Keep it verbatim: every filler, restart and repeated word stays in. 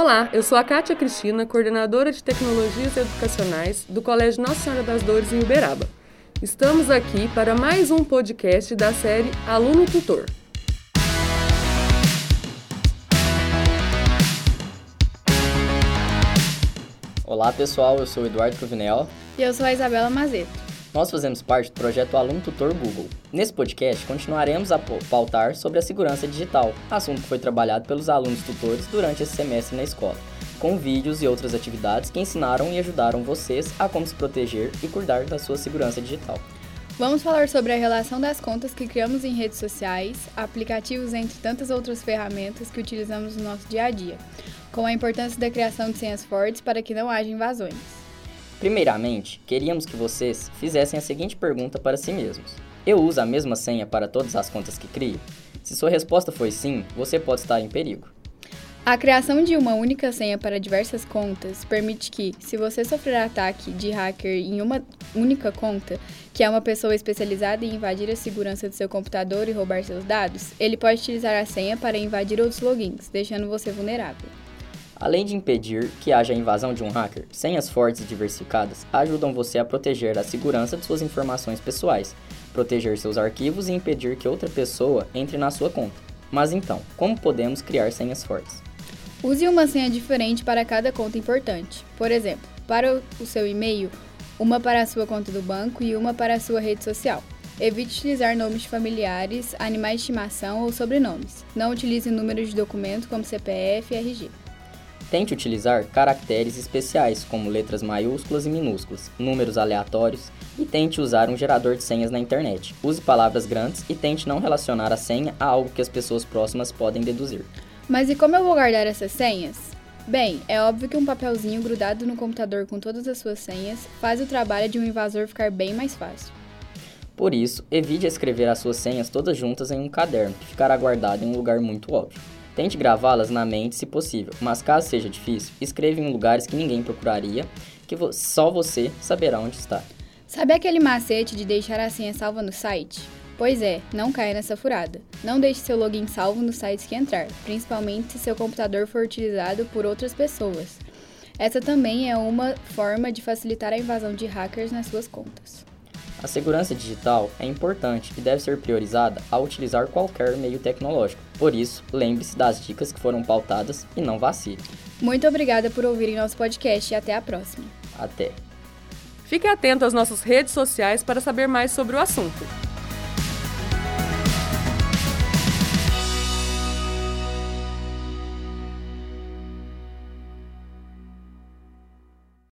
Olá, eu sou a Kátia Cristina, coordenadora de Tecnologias Educacionais do Colégio Nossa Senhora das Dores em Uberaba. Estamos aqui para mais um podcast da série Aluno Tutor. Olá pessoal, eu sou o Eduardo Cruvinel. E eu sou a Isabela Mazeto. Nós fazemos parte do projeto Aluno Tutor Google. Nesse podcast, continuaremos a pautar sobre a segurança digital, assunto que foi trabalhado pelos alunos tutores durante esse semestre na escola, com vídeos e outras atividades que ensinaram e ajudaram vocês a como se proteger e cuidar da sua segurança digital. Vamos falar sobre a relação das contas que criamos em redes sociais, aplicativos, entre tantas outras ferramentas que utilizamos no nosso dia a dia, com a importância da criação de senhas fortes para que não haja invasões. Primeiramente, queríamos que vocês fizessem a seguinte pergunta para si mesmos. Eu uso a mesma senha para todas as contas que crio? Se sua resposta foi sim, você pode estar em perigo. A criação de uma única senha para diversas contas permite que, se você sofrer ataque de hacker em uma única conta, que é uma pessoa especializada em invadir a segurança do seu computador e roubar seus dados, ele pode utilizar a senha para invadir outros logins, deixando você vulnerável. Além de impedir que haja a invasão de um hacker, senhas fortes e diversificadas ajudam você a proteger a segurança de suas informações pessoais, proteger seus arquivos e impedir que outra pessoa entre na sua conta. Mas então, como podemos criar senhas fortes? Use uma senha diferente para cada conta importante. Por exemplo, para o seu e-mail, uma para a sua conta do banco e uma para a sua rede social. Evite utilizar nomes de familiares, animais de estimação ou sobrenomes. Não utilize números de documento como C P F e R G. Tente utilizar caracteres especiais, como letras maiúsculas e minúsculas, números aleatórios, e tente usar um gerador de senhas na internet. Use palavras grandes e tente não relacionar a senha a algo que as pessoas próximas podem deduzir. Mas e como eu vou guardar essas senhas? Bem, é óbvio que um papelzinho grudado no computador com todas as suas senhas faz o trabalho de um invasor ficar bem mais fácil. Por isso, evite escrever as suas senhas todas juntas em um caderno, que ficará guardado em um lugar muito óbvio. Tente gravá-las na mente se possível, mas caso seja difícil, escreva em lugares que ninguém procuraria, que vo- só você saberá onde está. Sabe aquele macete de deixar a senha salva no site? Pois é, não caia nessa furada. Não deixe seu login salvo nos sites que entrar, principalmente se seu computador for utilizado por outras pessoas. Essa também é uma forma de facilitar a invasão de hackers nas suas contas. A segurança digital é importante e deve ser priorizada ao utilizar qualquer meio tecnológico. Por isso, lembre-se das dicas que foram pautadas e não vacile. Muito obrigada por ouvirem nosso podcast e até a próxima. Até! Fique atento às nossas redes sociais para saber mais sobre o assunto.